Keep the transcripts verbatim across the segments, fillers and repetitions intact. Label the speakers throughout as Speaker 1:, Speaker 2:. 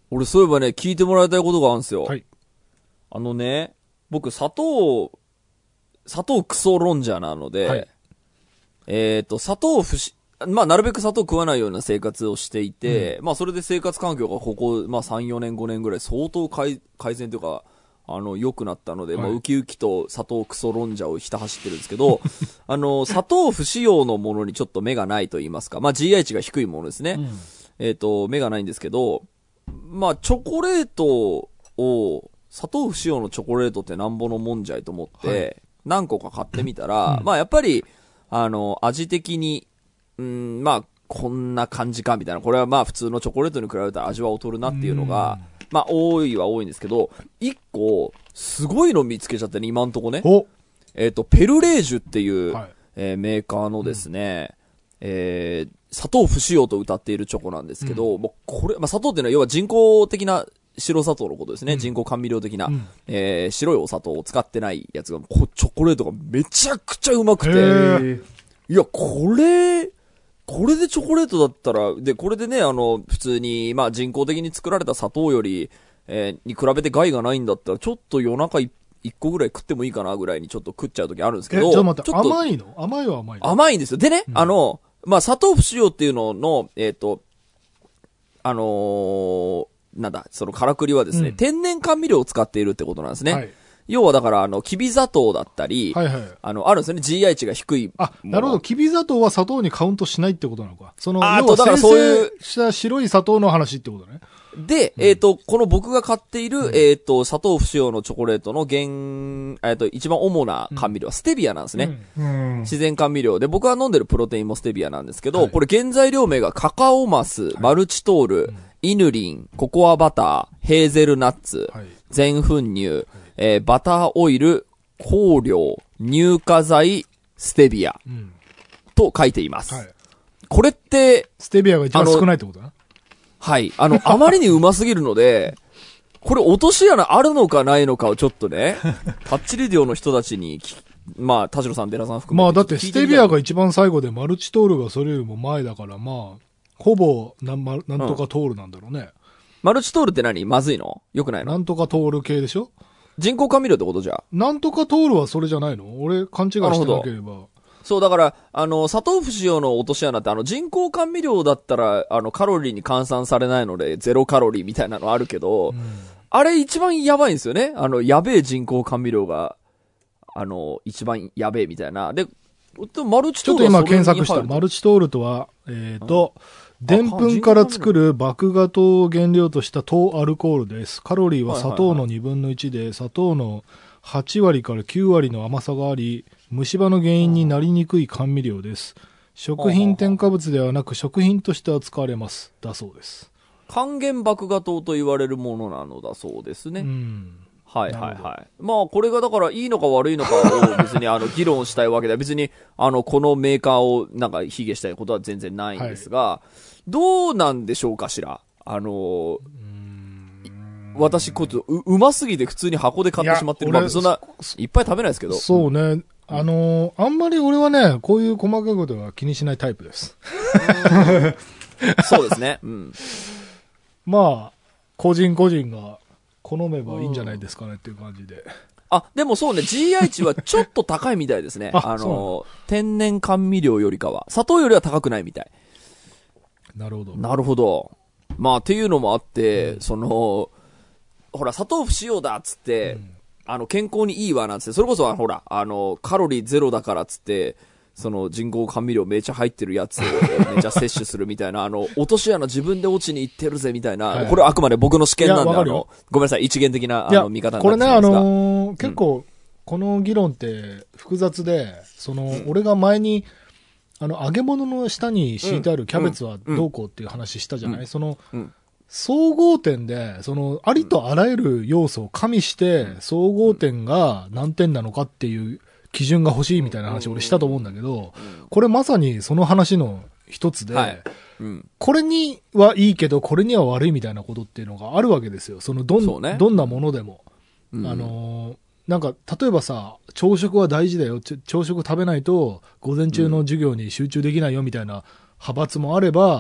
Speaker 1: 俺そういえばね、聞いてもらいたいことがあるんですよ。
Speaker 2: はい。
Speaker 1: あのね、僕、砂糖、砂糖クソ論者なので、はい、えっと、砂糖不し、まあ、なるべく砂糖食わないような生活をしていて、うん、まあ、それで生活環境がここ、まあ、さん、よねん、ごねんぐらい相当改善というか、あの、良くなったので、はい、まあ、ウキウキと砂糖クソ論者をひた走ってるんですけど、あの、砂糖不使用のものにちょっと目がないと言いますか、まあ、ジーアイ 値が低いものですね。うん、えっと、目がないんですけど、まあ、チョコレートを、砂糖不使用のチョコレートってなんぼのもんじゃいと思って、はい、何個か買ってみたら、うん、まあ、やっぱり、あの、味的に、うん、まあ、こんな感じかみたいな、これはまあ、普通のチョコレートに比べたら味は劣るなっていうのが、まあ、多いは多いんですけど、一個、すごいの見つけちゃってね、今んとこね。えっと、ペルレージュっていう、はい、えー、メーカーのですね、うん、えー、砂糖不使用と謳っているチョコなんですけど、うん、もうこれ、まあ、砂糖っていうのは要は人工的な白砂糖のことですね。うん、人工甘味料的な、うん、えー、白いお砂糖を使ってないやつが、こチョコレートがめちゃくちゃうまくて、いや、これ、これでチョコレートだったら、で、これでね、あの、普通に、まあ人工的に作られた砂糖より、えー、に比べて害がないんだったら、ちょっと夜中い一個ぐらい食ってもいいかなぐらいにちょっと食っちゃう時あるんですけど。
Speaker 2: え、ちょっと待って、甘いの甘いは甘いの
Speaker 1: 甘いんですよ。でね、うん、あの、まあ砂糖不使用っていうのの、えっと、あのー、なんだ、そのからくりはですね、うん、天然甘味料を使っているってことなんですね。はい、要はだから、あの、きび砂糖だったり、はいはい、あの、あるんですよね、ジーアイ 値が低い。
Speaker 2: あ、なるほど。きび砂糖は砂糖にカウントしないってことなのか。その、
Speaker 1: あと、だからそういう、
Speaker 2: した白い砂糖の話ってことね。
Speaker 1: で、うん、えっと、この僕が買っている、うん、えっと、砂糖不使用のチョコレートの原、えっと、一番主な甘味料はステビアなんですね。うん、自然甘味料で、僕が飲んでるプロテインもステビアなんですけど、はい、これ原材料名がカカオマス、マルチトール、はい、イヌリン、ココアバター、ヘーゼルナッツ、はい、全粉乳、はい、えー、バターオイル、香料、乳化剤、ステビア、うん、と書いています。はい、これって、
Speaker 2: ステビアが一番少ないってことだな。
Speaker 1: はい。あの、あまりにうますぎるので、これ落とし穴あるのかないのかをちょっとね、パッチリディオの人たちに、まあ、田代さん、デラさん含めて。
Speaker 2: まあ、だってステビアが一番最後で、マルチトールがそれよりも前だから、まあ、ほぼ、なん、なんとかトールなんだろうね。うん、
Speaker 1: マルチトールって何まずいのよくないの
Speaker 2: なんとかトール系でしょ
Speaker 1: 人工甘味料ってことじゃ。
Speaker 2: なんとかトールはそれじゃないの俺、勘違いしてなければ。
Speaker 1: そう、だから、あの、砂糖不使用の落とし穴って、あの、人工甘味料だったら、あの、カロリーに換算されないので、ゼロカロリーみたいなのあるけど、うん、あれ一番やばいんですよね。あの、やべえ人工甘味料が、あの、一番やべえみたいな。で、マルチトールは
Speaker 2: ちょっと今検索した。マルチトールとは、えっと、でんぷんから作る麦芽糖を原料とした糖アルコールです。カロリーは砂糖のにぶんのいちで、砂糖のはちわりからきゅうわりの甘さがあり、虫歯の原因になりにくい甘味料です。食品添加物ではなく食品として扱われます。だそうです。
Speaker 1: 還元麦芽糖と言われるものなのだそうですね。うん。はいはいはい。まあこれがだからいいのか悪いのかを別にあの議論したいわけでは別にあのこのメーカーをなんか卑下したいことは全然ないんですが、はい、どうなんでしょうかしら。あのー、私こうう、うますぎて普通に箱で買ってしまってる。まあそんないっぱい食べないですけど。
Speaker 2: そうね。あのー、あんまり俺はね、こういう細かいことは気にしないタイプです。
Speaker 1: そうですね。うん。
Speaker 2: まあ、個人個人が好めばいいんじゃないですかねっていう感じで。
Speaker 1: あ、でもそうね、ジーアイ 値はちょっと高いみたいですね。あ、あのー、天然甘味料よりかは。砂糖よりは高くないみたい。
Speaker 2: なるほど。
Speaker 1: なるほど。まあ、っていうのもあって、うん、その、ほら、砂糖不使用だっつって、うん、あの、健康にいいわなんつって、それこそほら、あの、カロリーゼロだからっつって、その人工甘味料めちゃ入ってるやつをめちゃ摂取するみたいな、あの、落とし穴自分で落ちに行ってるぜみたいな、はい、これはあくまで僕の試験なんで、あの、ごめんなさい、一元的なあの見方になってますが。
Speaker 2: これね、あのー、結構、この議論って複雑で、その、うん、俺が前に、あの、揚げ物の下に敷いてあるキャベツはどうこうっていう話したじゃない、うんうん、その、うん総合点で、その、ありとあらゆる要素を加味して、総合点が何点なのかっていう基準が欲しいみたいな話を俺したと思うんだけど、これまさにその話の一つで、はいうん、これにはいいけど、これには悪いみたいなことっていうのがあるわけですよ。その、どん、ね、どんなものでも。うん、あのー、なんか、例えばさ、朝食は大事だよ。朝食食べないと、午前中の授業に集中できないよみたいな派閥もあれば、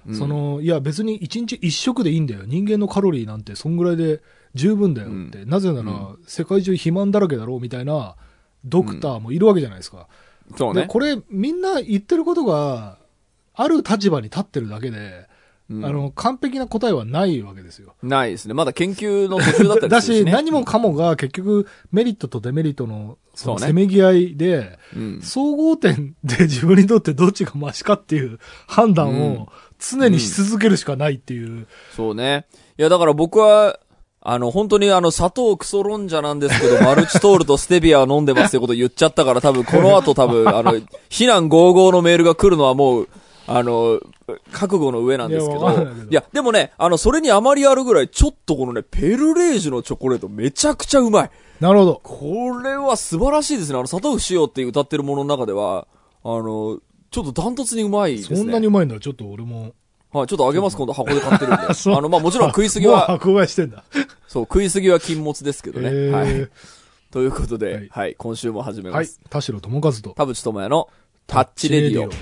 Speaker 2: うん、その、いや別にいちにちいっ食でいいんだよ。人間のカロリーなんてそんぐらいで十分だよって。うん、なぜなら、世界中肥満だらけだろうみたいなドクターもいるわけじゃないですか。
Speaker 1: うん、そうね。
Speaker 2: で、これみんな言ってることが、ある立場に立ってるだけで、うん、あの、完璧な答えはないわけですよ。
Speaker 1: ないですね。まだ研究の途中だったりするし、ね、
Speaker 2: だし、何もかもが結局メリットとデメリットのそのせめぎ合いで、ねうん、総合点で自分にとってどっちがマシかっていう判断を常にし続けるしかないっていう。うんうん、
Speaker 1: そうね。いや、だから僕は、あの、本当にあの、砂糖クソロンジャなんですけど、マルチトールとステビアを飲んでますってこと言っちゃったから、多分この後多分、あの、非難合々のメールが来るのはもう、あの、覚悟の上なんですけど。いや、いやでもね、あの、それにあまりあるぐらい、ちょっとこのね、ペルレージュのチョコレートめちゃくちゃうまい。
Speaker 2: なるほど。
Speaker 1: これは素晴らしいですね。あの、砂糖不使用って歌ってるものの中では、あの、ちょっとダントツにうまいですね。
Speaker 2: そんなにうまいんだ。ちょっと俺も。
Speaker 1: はい、ちょっとあげます、今度箱で買ってるんで。あの、まあ、もちろん食いすぎは。
Speaker 2: もう箱買いしてんだ。
Speaker 1: そう、食いすぎは禁物ですけどね。はい。ということで、はい、はい、今週も始めます。
Speaker 2: はい。田代智和と。
Speaker 1: 田淵智也のタッチレディオ。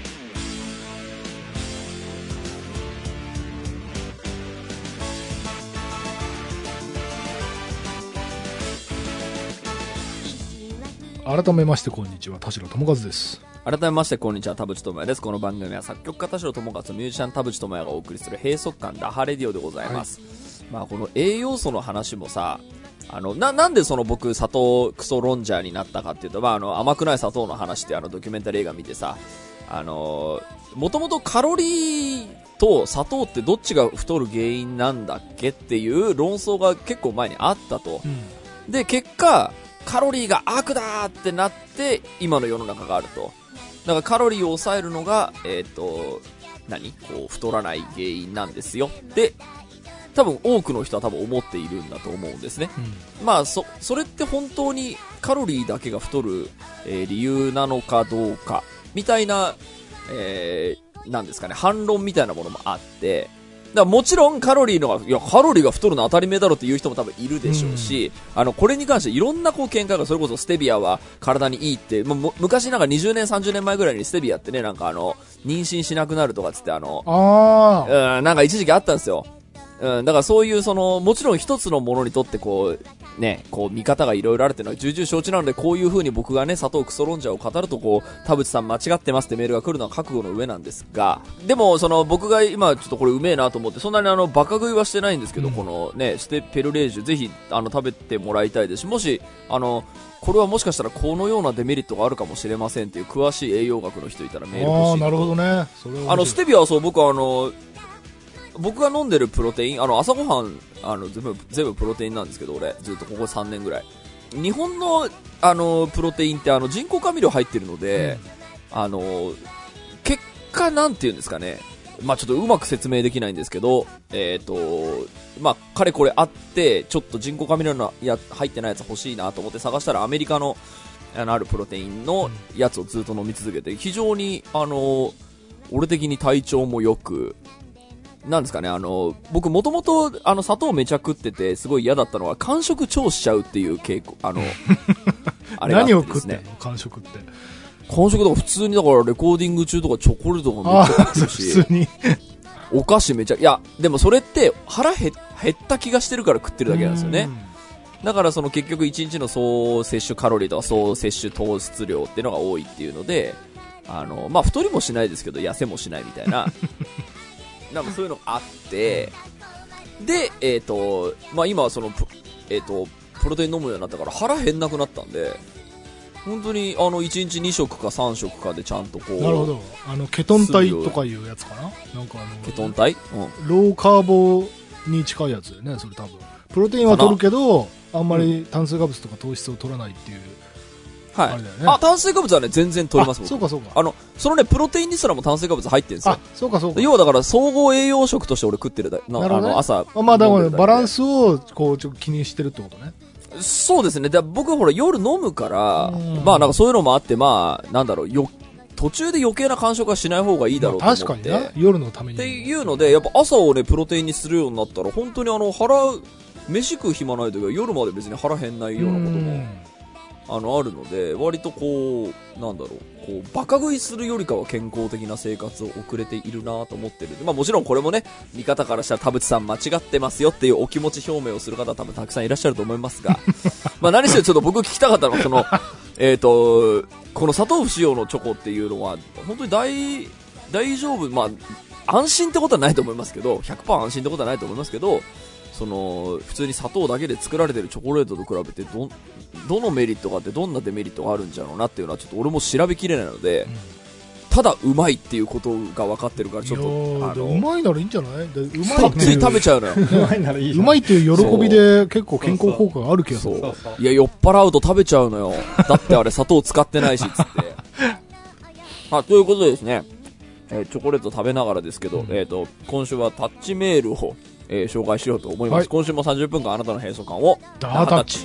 Speaker 2: 改めましてこんにちは、田代智和です。
Speaker 1: 改めましてこんにちは、田淵智也です。この番組は作曲家田代智和とミュージシャン田淵智也がお送りする閉塞感ダハレディオでございます。はい、まあこの栄養素の話もさ、あの、な、なんでその僕砂糖クソロンジャーになったかっていうと、まああの甘くない砂糖の話ってあのドキュメンタリー映画見てさ、あの、もともとカロリーと砂糖ってどっちが太る原因なんだっけっていう論争が結構前にあったと。うん、で、結果、カロリーが悪だってなって今の世の中があると。だからカロリーを抑えるのがえっと何こう太らない原因なんですよで多分多くの人は多分思っているんだと思うんですね。うん、まあそそれって本当にカロリーだけが太る、えー、理由なのかどうかみたいな、えー、なんですかね反論みたいなものもあって。だからもちろんカロリーのが、いや、カロリーが太るの当たり前だろっていう人も多分いるでしょうし、うん、あの、これに関していろんなこう見解が、それこそステビアは体にいいって、もう昔なんかにじゅうねん、さんじゅうねんまえぐらいにステビアってね、なんかあの、妊娠しなくなるとかつってあの、
Speaker 2: あ
Speaker 1: うん、なんか一時期あったんですよ。うん、だからそういうその、もちろん一つのものにとってこう、ね、こう見方がいろいろあるっていうのは重々承知なので、こういう風に僕がね、砂糖クソロンジャーを語るとこう、田淵さん間違ってますってメールが来るのは覚悟の上なんですが、でもその僕が今ちょっとこれうめえなと思って、そんなにあの、バカ食いはしてないんですけど、うん、このね、ステペルレージュぜひあの、食べてもらいたいですし、もし、あの、これはもしかしたらこのようなデメリットがあるかもしれませんっていう詳しい栄養学の人いたらメール欲しい。
Speaker 2: ああ、なるほどね。それは
Speaker 1: あの、ステビアはそう、僕はあの、僕が飲んでるプロテイン、あの、朝ごはん、あの、全部、全部プロテインなんですけど、俺、ずっとここさんねんぐらい。日本の、あの、プロテインって、あの、人工甘味料入ってるので、うん、あの、結果、なんて言うんですかね。まあ、ちょっとうまく説明できないんですけど、えっと、まあ、かれこれあって、ちょっと人工甘味料のや、入ってないやつ欲しいなと思って探したら、アメリカの、あの、あるプロテインのやつをずっと飲み続けて、非常に、あの、俺的に体調も良く、なんですかね、あの、僕もともと、あの、砂糖めちゃ食ってて、すごい嫌だったのは、間食超しちゃうっていう傾向、あの、
Speaker 2: あれがあってですね。何を食ってんの間食って。
Speaker 1: 間食とか普通に、だからレコーディング中とかチョコレートがめっちゃ食ってるし。
Speaker 2: 普通に。
Speaker 1: お菓子めちゃ、いや、でもそれって腹減、減った気がしてるから食ってるだけなんですよね。だからその結局いちにちの総摂取カロリーとか総摂取糖質量っていうのが多いっていうので、あの、まあ、太りもしないですけど、痩せもしないみたいな。なんかそういうのがあって、で、えっと、まあ、今はその、えっと、プロテイン飲むようになったから腹減んなくなったんで、本当にあのいちにちに食かさん食かでちゃんとこう。
Speaker 2: なるほど。あのケトン体とかいうやつかな。なんかあの
Speaker 1: ケトン体？
Speaker 2: うん。ローカーボに近いやつだよね。それ多分。プロテインは取るけど、あんまり炭水化物とか糖質を取らないっていう。
Speaker 1: はい。あれだよね。あ、炭水化物はね全然取れますもん。
Speaker 2: そうかそうか。
Speaker 1: あのそのねプロテインにすらも炭水化物入ってるんですよ。
Speaker 2: あ、そうかそうか。
Speaker 1: 要はだから総合栄養食として俺食ってるだ。
Speaker 2: なるほど、ね、
Speaker 1: あの朝。
Speaker 2: まあだからバランスをこうちょっと気にしてるってことね。
Speaker 1: そうですね。で僕ほら夜飲むから、まあなんかそういうのもあってまあなんだろうよ途中で余計な間食はしない方がいいだろうと思って。
Speaker 2: まあ、確かにな夜のために。
Speaker 1: っていうのでやっぱ朝をねプロテインにするようになったら本当にあの腹飯食う暇ない時は夜まで別に腹減んないようなこともあの、あるので、割とこう、なんだろう、こう、バカ食いするよりかは健康的な生活を送れているなと思ってる。まあもちろんこれもね、見方からしたら田淵さん間違ってますよっていうお気持ち表明をする方は多分たくさんいらっしゃると思いますが、まあ何しろちょっと僕聞きたかったのは、その、えっと、この砂糖不使用のチョコっていうのは、本当に大、大丈夫、まあ、安心ってことはないと思いますけど、ひゃくパーセント 安心ってことはないと思いますけど、その普通に砂糖だけで作られてるチョコレートと比べてどどのメリットがあってどんなデメリットがあるんじゃろうなっていうのはちょっと俺も調べきれないので、うん、ただうまいっていうことが分かってるからちょっとあの
Speaker 2: うまいならいいんじゃない？でうま
Speaker 1: いつい食べちゃうのよ。
Speaker 2: うまいならいい。うまいっていう喜びで結構健康効果があるけど、
Speaker 1: そうそうそういや酔っ払うと食べちゃうのよ。だってあれ砂糖使ってないしっつって。あということでですね、えー、チョコレート食べながらですけど、うん、えっと今週はタッチメールをえー、紹介しようと思います、はい、今週もさんじゅっぷんかんあなたの閉塞感を
Speaker 2: ダータッチ。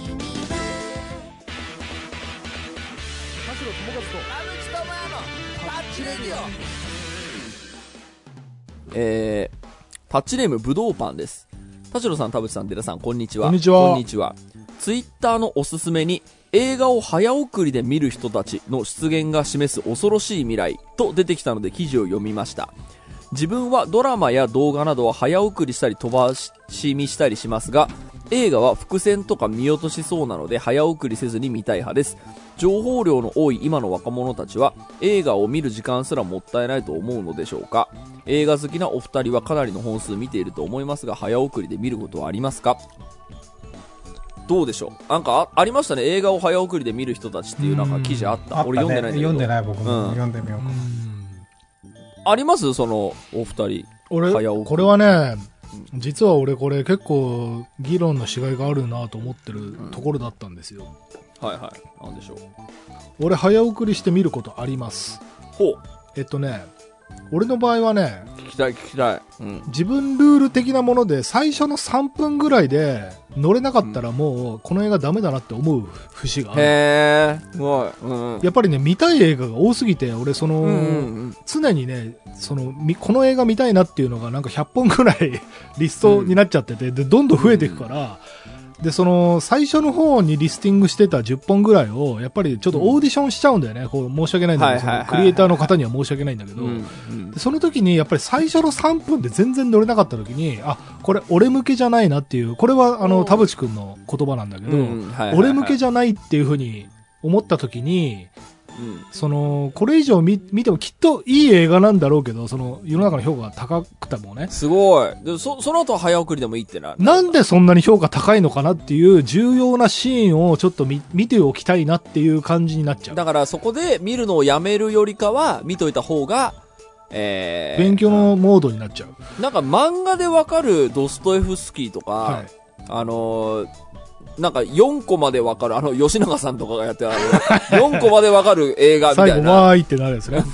Speaker 1: えー、タッチネームぶどうパンです。田代さん、田淵さん、寺さん、こんにちは。
Speaker 2: こんにちは。
Speaker 1: こんにちは。ツイッターのおすすめに映画を早送りで見る人たちの出現が示す恐ろしい未来と出てきたので記事を読みました。自分はドラマや動画などは早送りしたり飛ばし見したりしますが、映画は伏線とか見落としそうなので早送りせずに見たい派です。情報量の多い今の若者たちは映画を見る時間すらもったいないと思うのでしょうか。映画好きなお二人はかなりの本数見ていると思いますが、早送りで見ることはありますか？どうでしょう。なんか あ, ありましたね、映画を早送りで見る人たちっていうなんか記事あった。俺読んでないんだけど。
Speaker 3: 読んでない僕も、うん、読んでみようか。
Speaker 1: ありますそのお二人。
Speaker 2: 俺これはね、実は俺これ結構議論のしがいがあるなと思ってるところだったんですよ、
Speaker 1: うん、はいはい。なんでしょう。
Speaker 2: 俺早送りして見ることあります。
Speaker 1: ほう。
Speaker 2: えっとね俺の場合はね、
Speaker 1: 聞きたい聞きたい、うん、
Speaker 2: 自分ルール的なもので最初のさんぷんぐらいで乗れなかったらもうこの映画ダメだなって思う節がある。
Speaker 1: へー、すごい、うんうん、
Speaker 2: やっぱりね見たい映画が多すぎて俺その、うんうんうん、常にねそのこの映画見たいなっていうのがなんかひゃっぽんぐらいリストになっちゃってて、うん、でどんどん増えていくから、うん、でその最初の方にリスティングしてたじゅっぽんぐらいをやっぱりちょっとオーディションしちゃうんだよね、うん、こう申し訳ないんだけど、はいはいはいはい、クリエイターの方には申し訳ないんだけど、うんうん、でその時にやっぱり最初のさんぷんで全然乗れなかった時にあこれ俺向けじゃないなっていう、これはあの田淵くんの言葉なんだけど、うんはいはいはい、俺向けじゃないっていう風に思った時にうん、そのこれ以上 見, 見てもきっといい映画なんだろうけど、その世の中の評価が高くてもね、
Speaker 1: すごい。で そ, その後は早送りでもいいってな、
Speaker 2: なんでそんなに評価高いのかなっていう重要なシーンをちょっと 見, 見ておきたいなっていう感じになっちゃう。
Speaker 1: だからそこで見るのをやめるよりかは見といた方が、えー、
Speaker 2: 勉強のモードになっちゃう。
Speaker 1: なんか漫画でわかるドストエフスキーとか、はい、あのーなんかよんこまでわかる、あの吉永さんとかがやってるあのよんこまでわかる映画みたいな、
Speaker 2: 最後わーいってなるんですね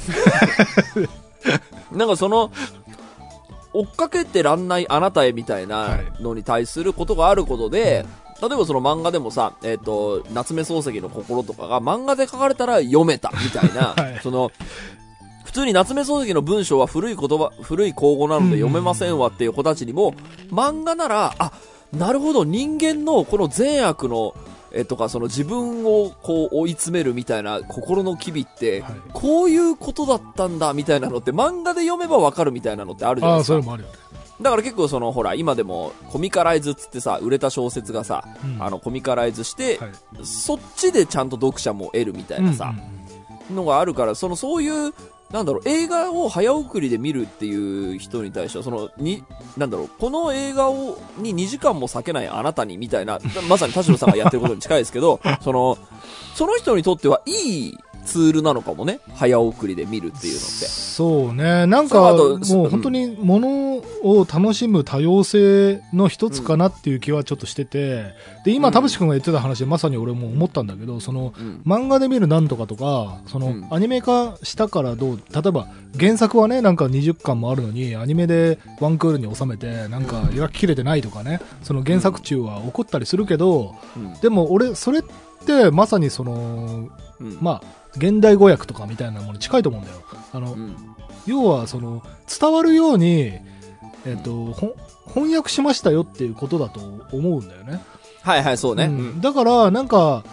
Speaker 1: なんかその追っかけてらんないあなたへみたいなのに対することがあることで、はい、例えばその漫画でもさ、えっと夏目漱石の心とかが漫画で書かれたら読めたみたいな、はい、その普通に夏目漱石の文章は古い言葉古い口語なので読めませんわっていう子たちにも、漫画ならあなるほど、人間のこの善悪のえとかその自分をこう追い詰めるみたいな心の機微ってこういうことだったんだみたいなのって漫画で読めばわかるみたいなのってあるじゃないですか。
Speaker 2: あ、それもあるよね。
Speaker 1: だから結構そのほら今でもコミカライズっつってさ、売れた小説がさ、うん、あのコミカライズして、はい、そっちでちゃんと読者も得るみたいなさ、うんうん、のがあるから、そのそういうなんだろう、映画を早送りで見るっていう人に対してはそのになんだろう、この映画をににじかんも避けないあなたにみたいな、まさに田代さんがやってることに近いですけどそのその人にとってはいいツールなのかもね、早送りで見るっていうのって。
Speaker 2: そうね、なんかもう本当にものを楽しむ多様性の一つかなっていう気はちょっとしてて、で今田淵君が言ってた話でまさに俺も思ったんだけど、その、うん、漫画で見るなんとかとか、その、うん、アニメ化したからどう、例えば原作はねなんかにじゅっかんもあるのにアニメでワンクールに収めてなんか描ききれてないとかね、その原作中は起こったりするけど、うん、でも俺それってまさにその、うん、まあ現代語訳とかみたいなものに近いと思うんだよ。あの、うん、要はその伝わるように、えっと、翻訳しましたよっていうことだと思うんだよね。
Speaker 1: はいはい、そうね。
Speaker 2: うん、だからなんか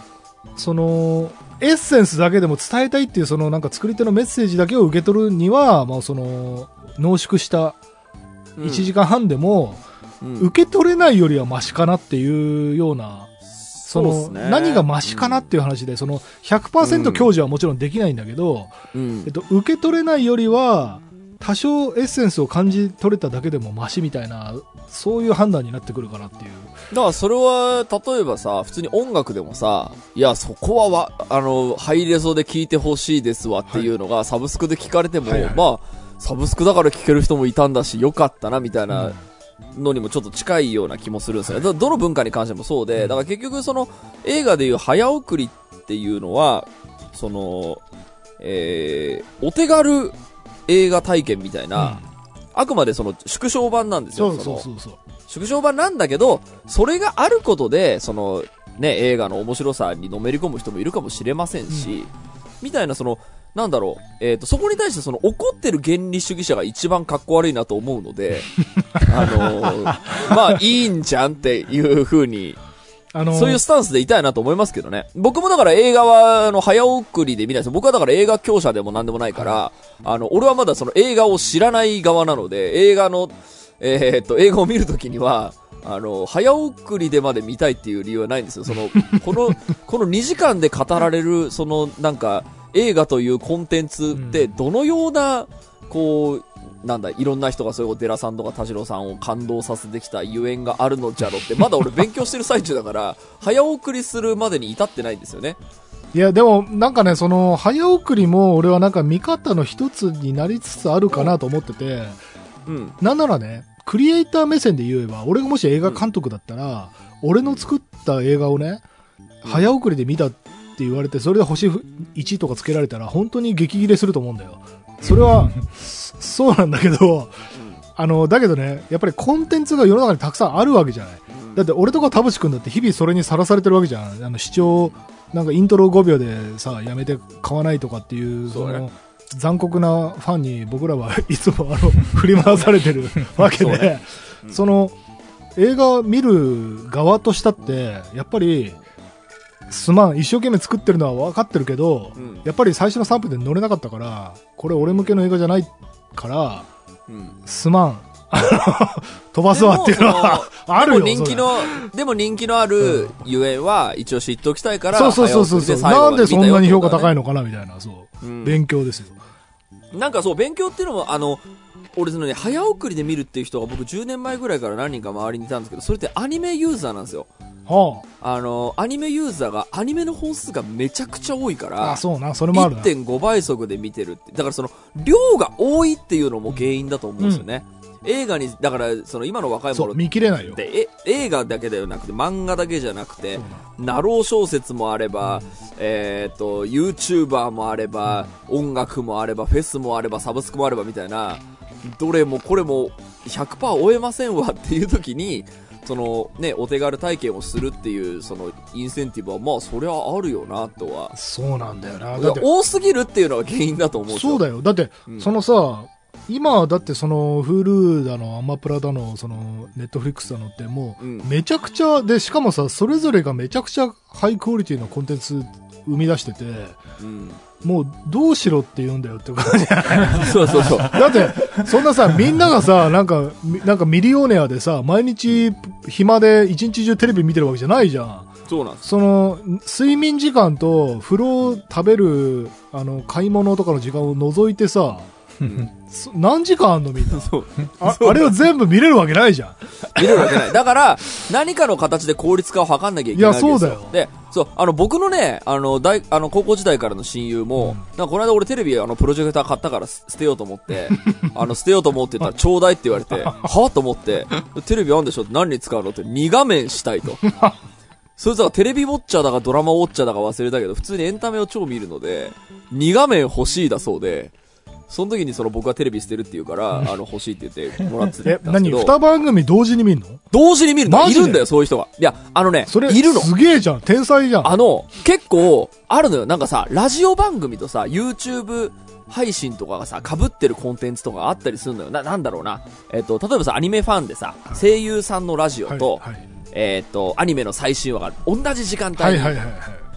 Speaker 2: そのエッセンスだけでも伝えたいっていうそのなんか作り手のメッセージだけを受け取るには、まあ、その濃縮したいちじかんはんでも、うん、受け取れないよりはマシかなっていうような、その何がマシかなっていう話で、その ひゃくパーセント 享受はもちろんできないんだけど、うんえっと、受け取れないよりは多少エッセンスを感じ取れただけでもマシみたいな、そういう判断になってくるかなっていう。
Speaker 1: だからそれは例えばさ、普通に音楽でもさ、いやそこはわあのハイレゾで聴いてほしいですわっていうのが、はい、サブスクで聞かれても、はいはい、まあサブスクだから聴ける人もいたんだしよかったなみたいなのにもちょっと近いような気もするんですよね。どの文化に関してもそうで、だから結局その映画でいう早送りっていうのはその、えー、お手軽映画体験みたいな、うん、あくまでその縮小版なんですよ。
Speaker 2: そうそうそうそう。
Speaker 1: 縮小版なんだけど、それがあることでそのね映画の面白さにのめり込む人もいるかもしれませんし、うん、みたいなそのなんだろう、えっとそこに対してその怒ってる原理主義者が一番かっこ悪いなと思うので、あのー、まあいいんじゃんっていう風に。あのー、そういうスタンスでいたいなと思いますけどね。僕もだから映画はあの早送りで見ないです。僕はだから映画強者でもなんでもないから、あの俺はまだその映画を知らない側なので、映画のえー、っと映画を見るときにはあの早送りでまで見たいっていう理由はないんですよ。そのこのこのにじかんで語られるそのなんか映画というコンテンツってどのようなこうなんだいろんな人がそういう寺さんとか田代さんを感動させてきたゆえんがあるのじゃろってまだ俺勉強してる最中だから早送りするまでに至ってないんですよね。
Speaker 2: いやでもなんかね、その早送りも俺はなんか見方の一つになりつつあるかなと思ってて、うん、なんならねクリエイター目線で言えば、俺がもし映画監督だったら、うん、俺の作った映画をね、うん、早送りで見たって言われてそれで星いちとかつけられたら本当に激切れすると思うんだよ。それはそうなんだけど、あのだけどね、やっぱりコンテンツが世の中にたくさんあるわけじゃない。だって俺とか田淵君だって日々それにさらされてるわけじゃん。あの視聴なんかイントロごびょうでさやめて買わないとかっていうその残酷なファンに僕らはいつもあの振り回されてるわけで、そ, ねうん、その映画見る側としたってやっぱりすまん、一生懸命作ってるのは分かってるけど、うん、やっぱり最初のさんぷんで乗れなかったからこれ俺向けの映画じゃないから、うん、すまん飛ばすわっていうのはあるよ。
Speaker 1: でも人気のでも人気のあるゆえんは一応知っておきたいから、
Speaker 2: そうそうそうそう、なんでそんなに評価高いのかなみたいな、そう、うん、勉強ですよ。
Speaker 1: なんかそう勉強っていうのもあの俺そのね早送りで見るっていう人が僕じゅうねんまえぐらいから何人か周りにいたんですけど、それってアニメユーザーなんですよ。はあ、あのアニメユーザーがアニメの本数がめちゃくちゃ多いから、
Speaker 2: あ、そうな、それもあるな。
Speaker 1: いってんご 倍速で見てるって、だからその量が多いっていうのも原因だと思うんですよね、うん、映画にだからその今の若い者って
Speaker 2: 見切れないよ。
Speaker 1: でえ映画だけではなくて漫画だけじゃなくてナロー小説もあれば、うん、えー、と YouTuber もあれば、うん、音楽もあればフェスもあればサブスクもあればみたいな、どれもこれも ひゃくパーセント 追えませんわっていう時にそのね、お手軽体験をするっていうそのインセンティブはまあそりゃあるよなとは。
Speaker 2: そうなんだよな。
Speaker 1: だって多すぎるっていうのが原因だと思う。
Speaker 2: そうだよ。だって、うん、そのさ今だってその Hulu だのアマプラだのその Netflix だのってもうめちゃくちゃで、しかもさそれぞれがめちゃくちゃハイクオリティのコンテンツ生み出してて、うん、もうどうしろって言うんだよって感じじゃない
Speaker 1: そうそうそう。
Speaker 2: だってそんなさみんながさなんかなんかミリオネアでさ毎日暇で一日中テレビ見てるわけじゃないじゃん。
Speaker 1: そうなんです。
Speaker 2: その睡眠時間と風呂食べるあの買い物とかの時間を除いてさ、うん、何時間あんのみんな。そう あ, あれを全部見れるわけないじゃん。
Speaker 1: 見れるわけない。だから何かの形で効率化を図んなきゃいけないわけですよ。いやそうだよ。で、そうあの僕のねあの大あの高校時代からの親友も、うん、なんかこの間俺テレビあのプロジェクター買ったから捨てようと思ってあの捨てようと思って言ったらちょうだいって言われてはぁと思ってテレビあんでしょって何に使うのってに画面したいと。そいつはテレビウォッチャーだかドラマウォッチャーだか忘れたけど普通にエンタメを超見るのでに画面欲しいだそうで。その時にその僕はテレビ捨てるって言うからあの欲しいって言ってもらってたんですけど。え、何
Speaker 2: に番組同時に見るの？
Speaker 1: 同時に見るのいるんだよそういう人が。いやあのね
Speaker 2: それ
Speaker 1: いるの。
Speaker 2: すげえじゃん、天才じゃん。
Speaker 1: あの結構あるのよ。なんかさラジオ番組とさ YouTube 配信とかがさ被ってるコンテンツとかあったりするのよ。な、なんだろうな、えっと例えばさアニメファンでさ声優さんのラジオと、はいはい、えっとアニメの最新話が同じ時間帯に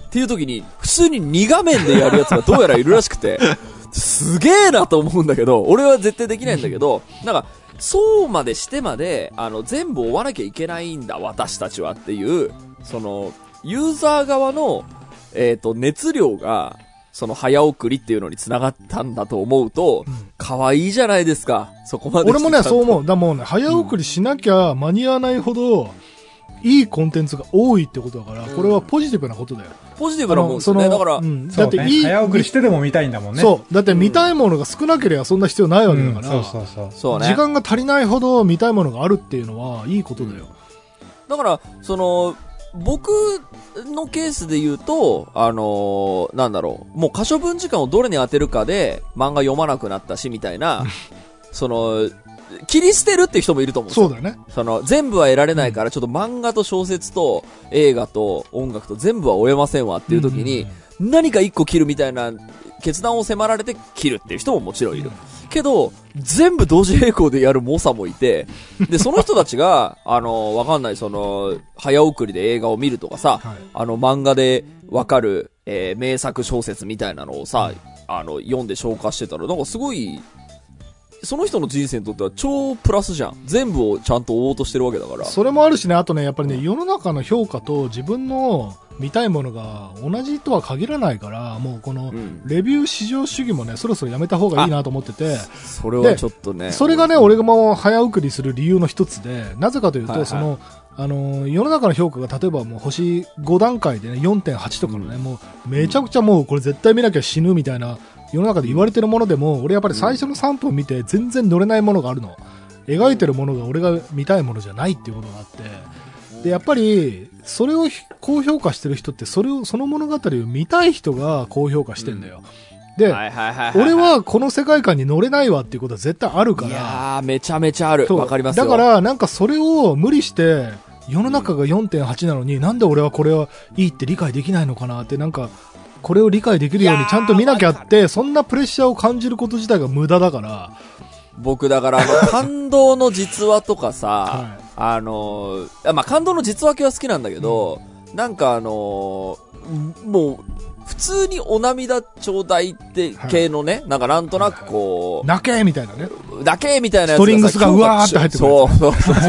Speaker 1: っていう時に、普通にに画面でやるやつがどうやらいるらしくて、すげえなと思うんだけど、俺は絶対できないんだけど、なんか、そうまでしてまで、あの、全部追わなきゃいけないんだ、私たちはっていう、その、ユーザー側の、えっと、熱量が、その早送りっていうのに繋がったんだと思うと、うん、可愛いじゃないですか、そこまで。
Speaker 2: 俺もね、そう思う。だもんね、早送りしなきゃ間に合わないほど、いいコンテンツが多いってことだから、うん、これはポジティブなことだよ。
Speaker 1: ポジティブなもんですね。だから、う
Speaker 3: ん、だっていい、ね、早送りしてでも見たいんだもんね。
Speaker 2: そう。だって見たいものが少なければそんな必要ないわけだから、
Speaker 3: うん、そうそうそう。
Speaker 1: そうね。
Speaker 2: 時間が足りないほど見たいものがあるっていうのはいいことだよ。
Speaker 1: だから、その、僕のケースで言うと、あのー、なんだろう、もう可処分時間をどれに当てるかで漫画読まなくなったし、みたいな、その、切り捨てるっていう人もいると思うんですよ。
Speaker 2: そうだね。
Speaker 1: その、全部は得られないから、ちょっと漫画と小説と映画と音楽と全部は追えませんわっていう時に、何か一個切るみたいな決断を迫られて切るっていう人ももちろんいる。けど、全部同時並行でやる猛者もいて、で、その人たちが、あの、わかんない、その、早送りで映画を見るとかさ、はい、あの、漫画でわかる、えー、名作小説みたいなのをさ、あの、読んで消化してたら、なんかすごい、その人の人生にとっては超プラスじゃん。全部をちゃんと追おうとしてるわけだから。
Speaker 2: それもあるしね、あとね、やっぱりね、世の中の評価と自分の見たいものが同じとは限らないから、もうこのレビュー至上主義もね、そろそろやめた方がいいなと思ってて。
Speaker 1: それはちょっとね。
Speaker 2: それがね、俺がもう早送りする理由の一つで、なぜかというと、はいはい、その、あの、世の中の評価が例えばもう星ご段階でね、よんてんはちとかのね、うん、もうめちゃくちゃもうこれ絶対見なきゃ死ぬみたいな、世の中で言われてるものでも、俺やっぱり最初のさんぷん見て全然乗れないものがあるの。描いてるものが俺が見たいものじゃないっていうことがあって。で、やっぱり、それを高評価してる人って、それを、その物語を見たい人が高評価してんだよ。で、俺はこの世界観に乗れないわっていうことは絶対あるから。い
Speaker 1: やー、めちゃめちゃある。わかりますよ。
Speaker 2: だから、なんかそれを無理して、世の中が よんてんはち なのに、なんで俺はこれはいいって理解できないのかなって、なんか、これを理解できるようにちゃんと見なきゃって、そんなプレッシャーを感じること自体が無駄だから。
Speaker 1: 僕だからあの、感動の実話とかさ、はい、あの、まあ、感動の実話系は好きなんだけど、うん、なんかあの、もう、普通にお涙ちょうだいって系のね、はい、なんかなんとなくこう、
Speaker 2: 泣けみたいなね。
Speaker 1: 泣けみたいなやつが
Speaker 2: ストリングスがうわーって入ってくる。
Speaker 1: そうそうそう。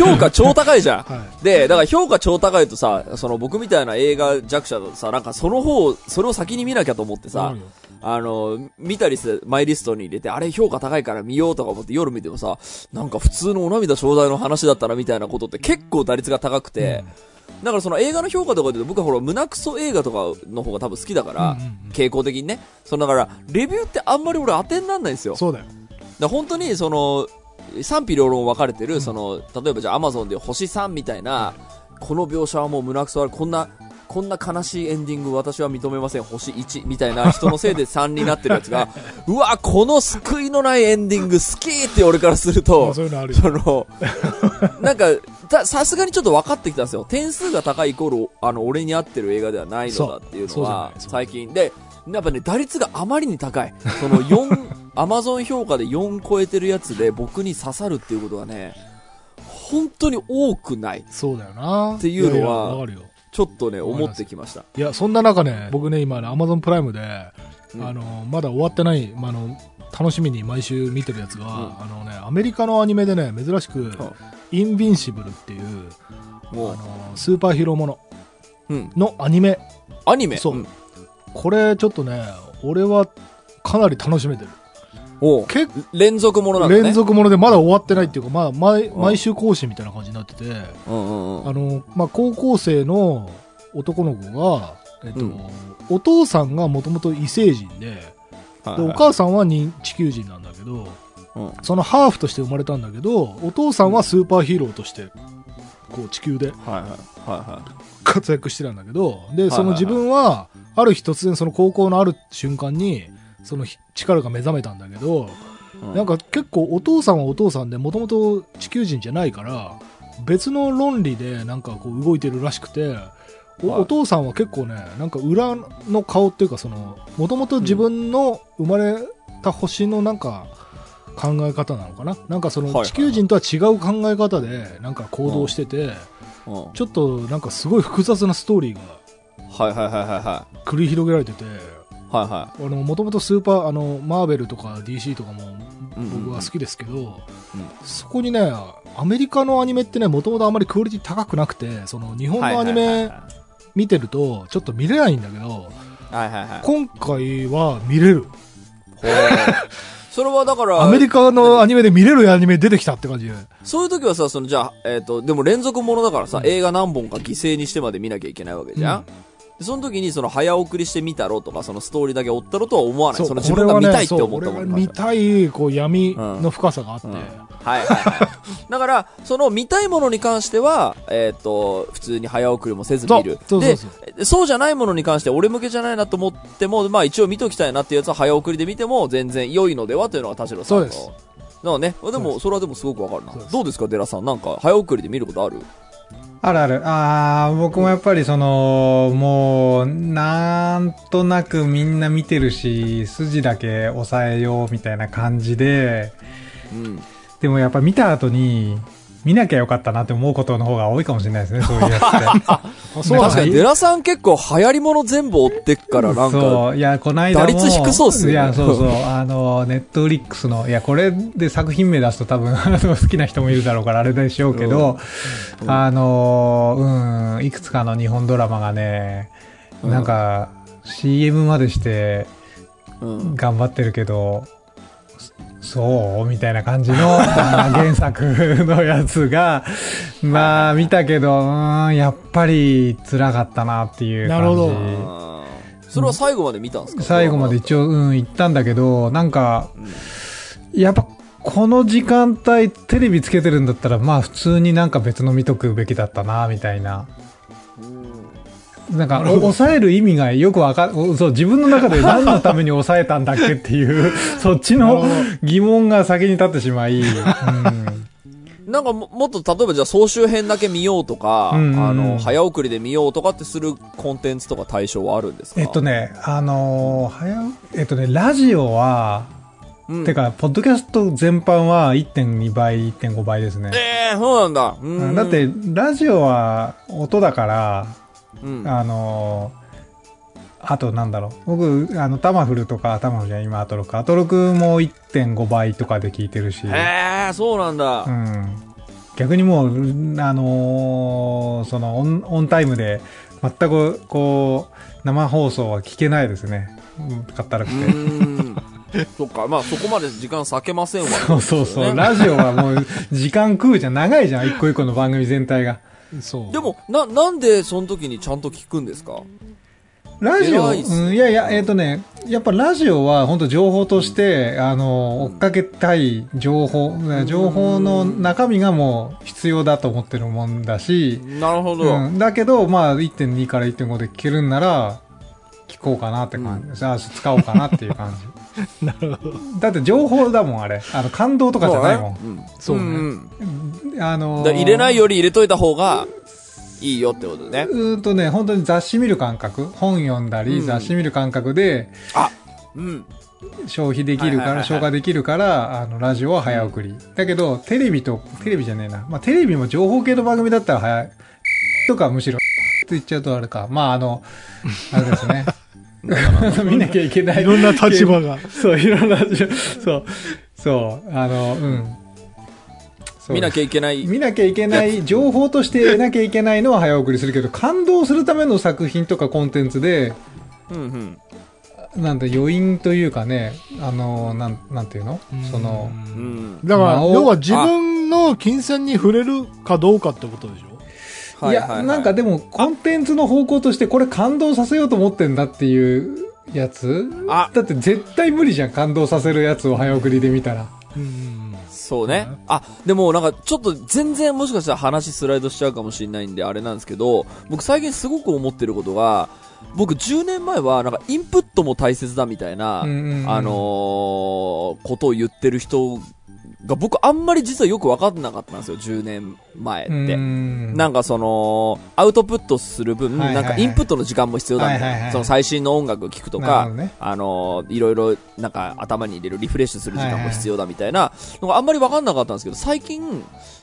Speaker 1: 評価超高いじゃん。はい、で、だから評価超高いとさ、その僕みたいな映画弱者だとさ、なんかその方、それを先に見なきゃと思ってさ、あの、見たりする、マイリストに入れて、あれ評価高いから見ようとか思って夜見てもさ、なんか普通のお涙ちょうだいの話だったらみたいなことって結構打率が高くて、うん、だからその映画の評価とかで僕はほら胸クソ映画とかの方が多分好きだから、うんうんうん、傾向的にね。そのだからレビューってあんまり俺当てになんないんですよ。
Speaker 2: そうだよ。
Speaker 1: だから本当にその賛否両論分かれてる、うん、その例えばじゃあ Amazon で星さんみたいな、この描写はもう胸クソある、こんなこんな悲しいエンディング私は認めません星いちみたいな人のせいでさんになってるやつがうわこの救いのないエンディング好きって俺からすると
Speaker 2: そういうのあるよ。
Speaker 1: そのなんかさすがにちょっと分かってきたんですよ。点数が高いイコールあの俺に合ってる映画ではないのだっていうのは最近で、やっぱね打率があまりに高い、そのよんアマゾン評価でよん超えてるやつで僕に刺さるっていうことはね本当に多くない。
Speaker 2: そうだよな
Speaker 1: っていうのは
Speaker 2: わかるよ。
Speaker 1: ちょっとね思ってきました。
Speaker 2: いやそんな中ね、僕ね今アマゾンプライムで、うん、あのまだ終わってない、まあ、あの楽しみに毎週見てるやつが、うん、あのねアメリカのアニメでね珍しく、うん、インビンシブルっていう、あのスーパーヒーローもののアニメ、
Speaker 1: うん、アニメ
Speaker 2: そう、うん、これちょっとね俺はかなり楽しめてる。
Speaker 1: お連続ものなんだね。
Speaker 2: 連続ものでまだ終わってないっていうか、まあ、毎, 毎週更新みたいな感じになってて、うんうんうん、あのまあ、高校生の男の子が、えっとうん、お父さんがもともと異星人 で,、はいはい、でお母さんは地球人なんだけど、うん、そのハーフとして生まれたんだけどお父さんはスーパーヒーローとしてこう地球で活躍してたんだけど、でその自分はある日突然その高校のある瞬間にその力が目覚めたんだけど、うん、なんか結構お父さんはお父さんでもともと地球人じゃないから別の論理でなんかこう動いてるらしくて、お, お父さんは結構ねなんか裏の顔っていうか、そのもともと自分の生まれた星のなんか考え方なのかな、なんかその地球人とは違う考え方でなんか行動してて、ちょっとなんかすごい複雑なストーリーが
Speaker 1: はいはいはいはいは
Speaker 2: 繰り広げられてて、
Speaker 1: い。はいは
Speaker 2: あの、もともとスーパー、あの、マーベルとか ディーシー とかも
Speaker 1: うんうんうん
Speaker 2: 僕は好きですけど、
Speaker 1: うん
Speaker 2: そこにね、アメリカのアニメってね、もともとあんまりクオリティ高くなくて、その日本のアニメ見てるとちょっと見れないんだけど、
Speaker 1: はいはいはい。
Speaker 2: 今回は見れる。
Speaker 1: ほうそれはだから、
Speaker 2: アメリカのアニメで見れるアニメ出てきたって感じで。
Speaker 1: そういう時はさ、そのじゃあ、えっ、と、でも連続ものだからさ、映画何本か犠牲にしてまで見なきゃいけないわけじゃん、うんでその時にその早送りして見たろとかそのストーリーだけ追ったろとは思わない。そ
Speaker 2: そ
Speaker 1: の自分が見たいって思ったもの、
Speaker 2: ね、見たいこう闇の深さがあって、うんうん、はい
Speaker 1: はいはいだからその見たいものに関してはえっ、ー、と普通に早送りもせず見る。
Speaker 2: そうそうそうそう
Speaker 1: でそうじゃないものに関して俺向けじゃないなと思ってもまあ一応見ときたいなっていうやつは早送りで見ても全然良いのではというのが田代さんの。
Speaker 2: そうです。
Speaker 1: なのね。でもそれはでもすごくわかるな。どうですかデラさん、なんか早送りで見ることある？
Speaker 3: あるある。ああ、僕もやっぱりその、もう、なんとなくみんな見てるし、筋だけ抑えようみたいな感じで、うん、でもやっぱ見た後に、見なきゃよかったなって思うことの方が多いかもしれないですね、そういうやつって。
Speaker 1: そう確かに、デラさん結構流行り物全部追ってっから、なんか、
Speaker 3: そう、いや、この間も、
Speaker 1: 打率低そうっすよね。
Speaker 3: いや、そうそう、あの、ネットフリックスの、いや、これで作品名出すと多分、あの、好きな人もいるだろうからあれでしょうけど、うん、あの、うん、いくつかの日本ドラマがね、なんか、シーエム までして、頑張ってるけど、そうみたいな感じの原作のやつが、まあ見たけど、うん、やっぱり辛かったなっていう感じ。なるほど。
Speaker 1: それは最後まで見たんですか？
Speaker 3: 最後まで一応、うん、行ったんだけど、なんか、うん、やっぱこの時間帯テレビつけてるんだったら、まあ普通になんか別の見とくべきだったな、みたいな。なんか、抑える意味がよくわかる、そう、自分の中で何のために抑えたんだっけっていう、そっちの疑問が先に立ってしまい、うん、
Speaker 1: なんかも、もっと例えばじゃあ総集編だけ見ようとか、うんうん、あの、早送りで見ようとかってするコンテンツとか対象はあるんですか？
Speaker 3: えっとね、あのー、早、えっとね、ラジオは、うん、てか、ポッドキャスト全般は いってんに 倍、いってんご 倍ですね。
Speaker 1: ええー、そうなんだ。
Speaker 3: うん、だって、ラジオは音だから、うん、あのー、あとなんだろう。僕、あの、タマフルとか、タマフルじゃ今アトロク。アトロクも いってんご 倍とかで聞いてるし。
Speaker 1: へー、そうなんだ。
Speaker 3: うん。逆にもう、あのー、そのオン、オンタイムで、全く、こう、生放送は聞けないですね。かったらくて。
Speaker 1: うんそっか、まあそこまで時間割けませんわ、ね。
Speaker 3: そうそうそう。ラジオはもう、時間食うじゃん。長いじゃん。一個一個の番組全体が。
Speaker 1: そうでもななんでその時にちゃんと聞くんですか？
Speaker 3: ラジオい、うん、いやいやえっ、ー、とねやっぱラジオは本当情報としてあの追っかけたい情報情報の中身がもう必要だと思ってるもんだし、
Speaker 1: なるほど、
Speaker 3: うん、だけどまあ いってんに から いってんご で聞けるんなら聞こうかなって感じ、うん、じゃあ使おうかなっていう感じなるほど。だって情報だもんあれあの感動とかじゃないもん。
Speaker 1: そうね、
Speaker 3: うん、あのー、
Speaker 1: 入れないより入れといた方がいいよってことね。
Speaker 3: うーんとね本当に雑誌見る感覚本読んだり、うん、雑誌見る感覚で
Speaker 1: あ、うん、
Speaker 3: 消費できるから、はいはいはいはい、消化できるからあのラジオは早送り、うん、だけどテレビとテレビじゃねえな、まあ、テレビも情報系の番組だったら早いとかむしろって言っちゃうとあれかまああのあれですね見なきゃいけない。
Speaker 2: いろんな立場が。
Speaker 3: そう、いろんな立場。そう、そう、あの、うん。
Speaker 1: 見なきゃいけない。
Speaker 3: 見なきゃいけない、情報として得なきゃいけないのは早送りするけど、感動するための作品とかコンテンツで、うんうん、なんだ、余韻というかね、あの、なん、なんていうのその、
Speaker 2: うん、だから、要は自分の金銭に触れるかどうかってことでしょ？
Speaker 3: いや、はいはいはい、なんかでもコンテンツの方向としてこれ感動させようと思ってんだっていうやつあだって絶対無理じゃん感動させるやつを早送りで見たら。
Speaker 1: うんそうね。あ、でもなんかちょっと全然もしかしたら話スライドしちゃうかもしれないんであれなんですけど僕最近すごく思ってることが僕じゅうねんまえはなんかインプットも大切だみたいな、うんうんうん、あのー、ことを言ってる人が僕あんまり実はよく分かってなかったんですよじゅうねんまえって。んなんかそのアウトプットする分、はいはいはい、なんかインプットの時間も必要だみたいな、はいはいはい、その最新の音楽を聴くとか、ね、あのいろいろなんか頭に入れるリフレッシュする時間も必要だみたいなのがあんまり分かんなかったんですけど最近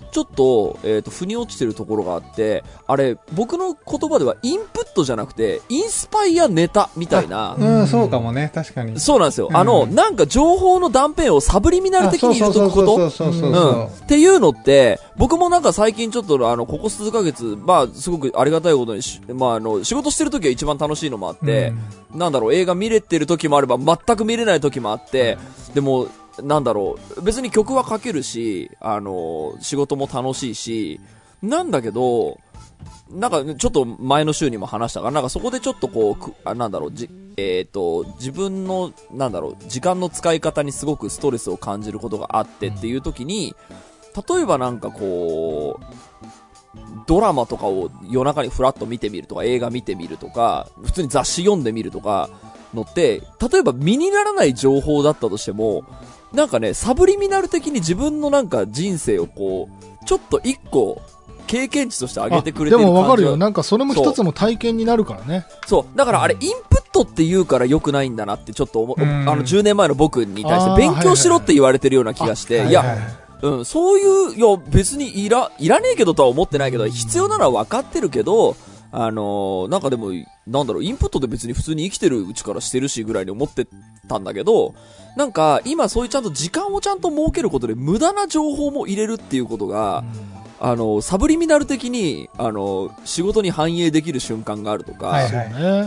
Speaker 1: ちょっと、えっと、腑に落ちてるところがあって、あれ、僕の言葉ではインプットじゃなくて、インスパイアネタみたいな。
Speaker 3: うん、そうかもね、確かに。
Speaker 1: そうなんですよ。うん、あの、なんか情報の断片をサブリミナル的に入れとくこと。
Speaker 3: そうそうそうそう。
Speaker 1: うん。っていうのって、僕もなんか最近ちょっと、あの、ここ数ヶ月、まあ、すごくありがたいことに、まあ、あの、仕事してる時は一番楽しいのもあって、うん、なんだろう、映画見れてる時もあれば、全く見れない時もあって、でも、なんだろう、別に曲は書けるし、あの、仕事も楽しいし、なんだけど、なんかちょっと前の週にも話したから、なんかそこでちょっとこう、あなんだろう、じえっと、自分の、なんだろう、時間の使い方にすごくストレスを感じることがあってっていう時に、例えばなんかこう、ドラマとかを夜中にフラッと見てみるとか、映画見てみるとか、普通に雑誌読んでみるとかのって、例えば身にならない情報だったとしても、なんかね、サブリミナル的に自分のなんか人生をこう、ちょっと一個、経験値として上げてくれてる感じ。
Speaker 2: でもわかるよ。なんかそれも一つの体験になるからね。
Speaker 1: そう。そうだからあれ、インプットって言うから良くないんだなってちょっと思う、あのじゅうねんまえの僕に対して勉強しろって言われてるような気がして、いや、うん、そういう、いや別にいら、いらねえけどとは思ってないけど、必要なのは分かってるけど、あのー、なんかでも、なんだろう、インプットで別に普通に生きてるうちからしてるしぐらいに思ってたんだけど、なんか今そういうちゃんと時間をちゃんと設けることで無駄な情報も入れるっていうことが、うん、あの、サブリミナル的に、あの、仕事に反映できる瞬間があるとか、はいはい、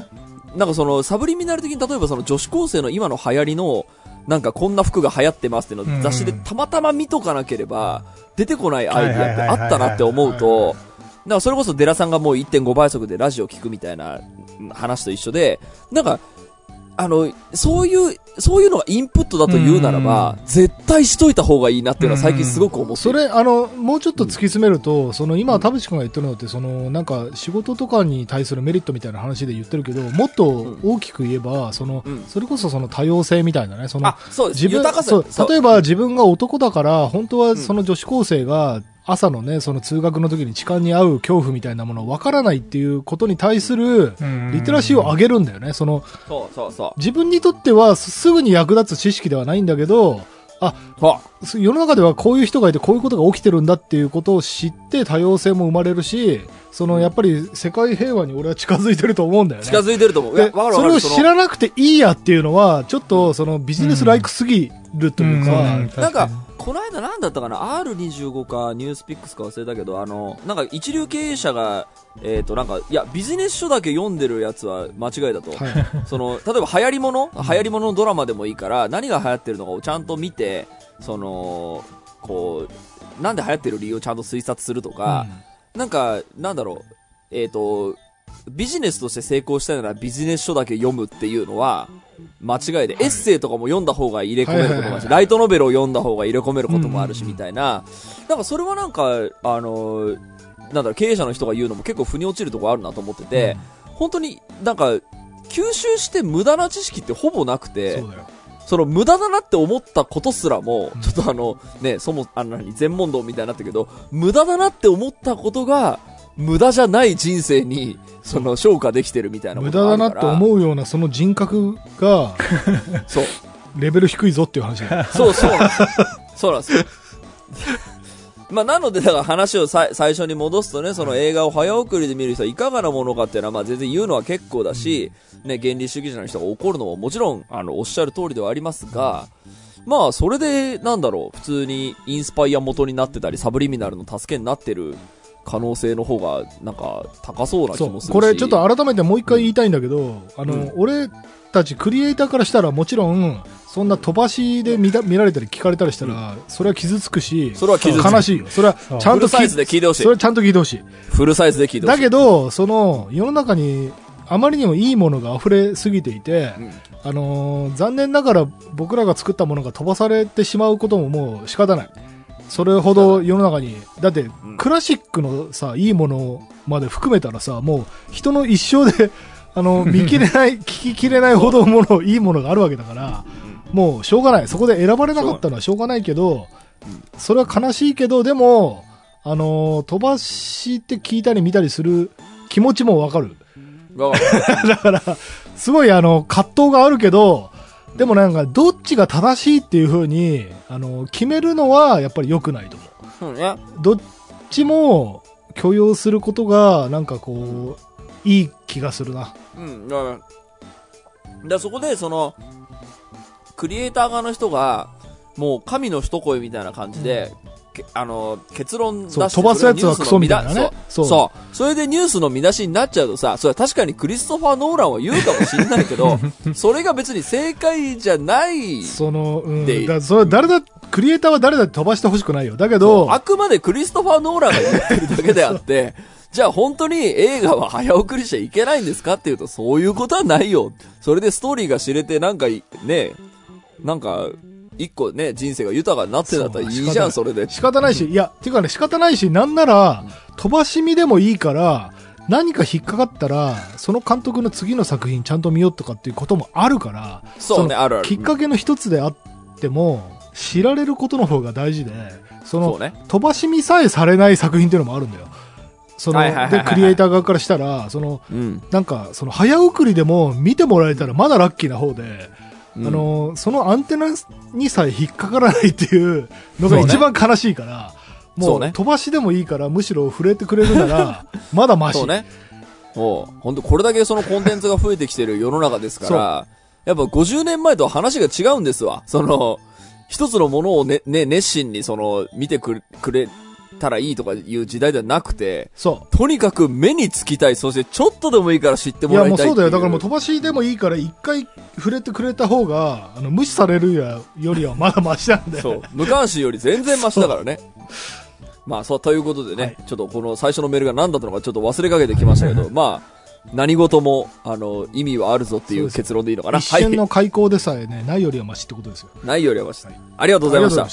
Speaker 1: なんかそのサブリミナル的に例えばその女子高生の今の流行りの、なんかこんな服が流行ってますっていうのを雑誌でたまたま見とかなければ出てこないアイディアってあったなって思うと、だからそれこそデラさんがもう いってんご 倍速でラジオ聞くみたいな話と一緒で、なんか、あの、そういう、そういうのがインプットだと言うならば、絶対しといた方がいいなっていうのは最近すごく思ってる。
Speaker 2: それ、あの、もうちょっと突き詰めると、その今、田淵君が言ってるのって、その、なんか仕事とかに対するメリットみたいな話で言ってるけど、もっと大きく言えば、その、それこそその多様性みたいなね、その、
Speaker 1: 自分、
Speaker 2: そう、例えば自分が男だから、本当はその女子高生が、朝のね、その通学の時に痴漢に遭う恐怖みたいなものを分からないっていうことに対するリテラシーを上げるんだよね。その、
Speaker 1: そうそうそう。
Speaker 2: 自分にとってはすぐに役立つ知識ではないんだけど、あ、世の中ではこういう人がいてこういうことが起きてるんだっていうことを知って多様性も生まれるし、そのやっぱり世界平和に俺は近づいてると思うんだよね。
Speaker 1: 近づいてると思う。いや、わかるわかる。
Speaker 2: それを知らなくていいやっていうのは、ちょっとそのビジネスライクすぎるというか、
Speaker 1: うんうん、なんか、この間なんだったかな アールにじゅうご かニュースピックスか忘れたけど、あの、なんか一流経営者が、えっとなんか、いや、ビジネス書だけ読んでるやつは間違いだと。はい、その、例えば流行り物流行り物のドラマでもいいから、何が流行ってるのかをちゃんと見て、その、こう、なんで流行ってる理由をちゃんと推察するとか、うん、なんか、なんだろう、えっと、ビジネスとして成功したいならビジネス書だけ読むっていうのは間違いで、エッセイとかも読んだ方が入れ込めることもあるし、ライトノベルを読んだ方が入れ込めることもあるしみたいな、なんかそれはなんか、あの、なんだろう、経営者の人が言うのも結構腑に落ちるところあるなと思ってて、本当になんか吸収して無駄な知識ってほぼなくて、そうだよ。その無駄だなって思ったことすらも、ちょっとあのね、そもあの何全問答みたいになったけど、無駄だなって思ったことが無駄じゃない人生にその昇華できてるみたいなことがあるから、
Speaker 2: 無駄だなって思うようなその人格がそうレベル低いぞっていう話だ。
Speaker 1: そうそうなんです。そうなんですよ。まあなのでだから話をさ最初に戻すとね、その映画を早送りで見る人はいかがなものかっていうのはまあ全然言うのは結構だし、ね、原理主義者の人が怒るのももちろんあのおっしゃる通りではありますが、まあそれでなんだろう、普通にインスパイア元になってたりサブリミナルの助けになってる可能性の方がなんか高そうな気もするし、
Speaker 2: これちょっと改めてもう一回言いたいんだけど、うん、あの、うん、俺たちクリエイターからしたらもちろんそんな飛ばしで 見, 見られたり聞かれたりしたら、うん、それは傷つくし、
Speaker 1: それは傷つく、
Speaker 2: 悲しいよ。それはちゃんと
Speaker 1: フルサイズで聞いてほしい。
Speaker 2: それはちゃんと聞いてほしい。
Speaker 1: フルサイズで聞いてほしい。
Speaker 2: だけどその世の中にあまりにもいいものが溢れすぎていて、うん、あのー、残念ながら僕らが作ったものが飛ばされてしまうことももう仕方ない。それほど世の中に、だってクラシックのさ、いいものまで含めたらさ、もう人の一生であの見切れない聞ききれないほどものいいものがあるわけだから、もうしょうがない。そこで選ばれなかったのはしょうがないけど、それは悲しいけど、でもあのー、飛ばして聞いたり見たりする気持ちもわかる。だからすごいあの葛藤があるけど、でもなんかどっちが正しいっていう風にあの決めるのはやっぱり良くないと思う。
Speaker 1: うんね。
Speaker 2: どっちも許容することが、なんかこう、いい気がするな。
Speaker 1: うん。だから、だからそこで、その、クリエイター側の人が、もう神の一声みたいな感じで、うん、あの、結論出して、
Speaker 2: 飛ばすやつはクソみたいなね。
Speaker 1: そう。そう。それでニュースの見出しになっちゃうとさ、それは確かにクリストファー・ノーランは言うかもしれないけど、それが別に正解じゃない。
Speaker 2: その、うん。だからそれ誰だ、クリエイターは誰だって飛ばしてほしくないよ。だけど、
Speaker 1: あくまでクリストファー・ノーランが言ってるだけであって、じゃあ本当に映画は早送りしちゃいけないんですかっていうと、そういうことはないよ。それでストーリーが知れて、なんかね、なんか、一個ね、人生が豊かになってだったらいいじゃん、それで。
Speaker 2: 仕方ないし、いや、ていうかね、仕方ないし、なんなら、飛ばし見でもいいから、何か引っかかったら、その監督の次の作品ちゃんと見ようとかっていうこともあるから、
Speaker 1: そうね、あるある。
Speaker 2: きっかけの一つであっても、知られることの方が大事で、その、ね、飛ばし見さえされない作品っていうのもあるんだよ。その、で、クリエイター側からしたら、その、うん、なんか、その、早送りでも見てもらえたらまだラッキーな方で、うん、あの、そのアンテナにさえ引っかからないっていうのが一番悲しいから、もう、ね、飛ばしでもいいから、むしろ触れてくれるなら、まだマシ。
Speaker 1: そうね。もう、本当これだけそのコンテンツが増えてきてる世の中ですから、やっぱごじゅうねんまえとは話が違うんですわ。その、一つのものをね、ね、熱心にその、見てくれ、くれたらいいとかいう時代ではなくて、
Speaker 2: そう。
Speaker 1: とにかく目につきたい、そしてちょっとでもいいから知ってもらいたいっていう。
Speaker 2: いやもうそうだよ。だからもう飛ばしでもいいから一回触れてくれた方が、あの、無視されるよりはまだマシなんで。
Speaker 1: そう。無関心より全然マシだからね。まあそう、ということでね、はい、ちょっとこの最初のメールが何だったのかちょっと忘れかけてきましたけど、まあ、何事も、あの、意味はあるぞっていう結論でいいのかな。
Speaker 2: 一瞬の開口でさえね、ないよりはマシってことですよ。
Speaker 1: ないよりはマシ。はい、ありがとうございました。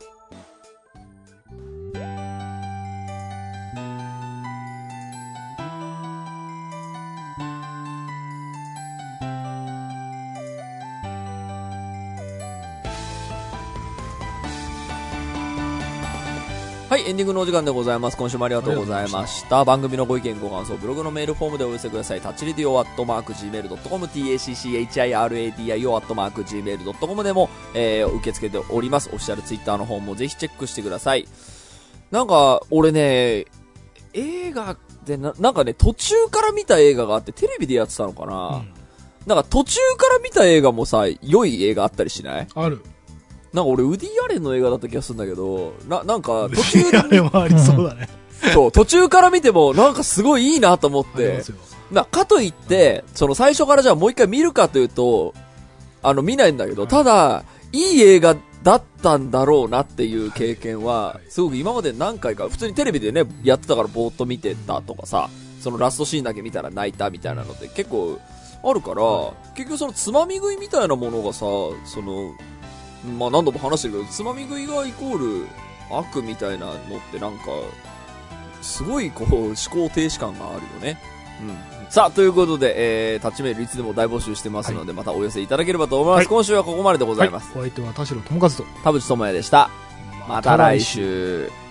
Speaker 1: はい、エンディングのお時間でございます。今週もありがとうございました。番組のご意見ご感想、ブログのメールフォームでお寄せください。タッチレディオアットマーク ジーメールドットコム、タッチレディオアットマーク ジーメールドットコム でも、えー、受け付けております。オフィシャルツイッターの方もぜひチェックしてください。なんか、俺ね、映画でな、なんかね、途中から見た映画があって、テレビでやってたのかな、うん、なんか途中から見た映画もさ、良い映画あったりしない？
Speaker 2: ある。
Speaker 1: なんか俺、ウディアレンの映画だった気がするんだけど、な、なんか、途中で。
Speaker 2: ウディアレンはありそうだね。
Speaker 1: そう、途中から見ても、なんかすごいいいなと思って。な、かといって、その最初からじゃあもう一回見るかというと、あの、見ないんだけど、ただ、いい映画だったんだろうなっていう経験は、すごく今まで何回か、普通にテレビでね、やってたからぼーっと見てたとかさ、そのラストシーンだけ見たら泣いたみたいなのって結構あるから、結局そのつまみ食いみたいなものがさ、その、まあ何度も話してるけど、つまみ食いがイコール悪みたいなのってなんか、すごいこう思考停止感があるよね。うん。さあ、ということで、えー、タッチメールいつでも大募集してますので、はい、またお寄せいただければと思います。はい、今週はここまででございます。
Speaker 2: はい、お相手は田代智和と
Speaker 1: 田淵智也でした。また来週。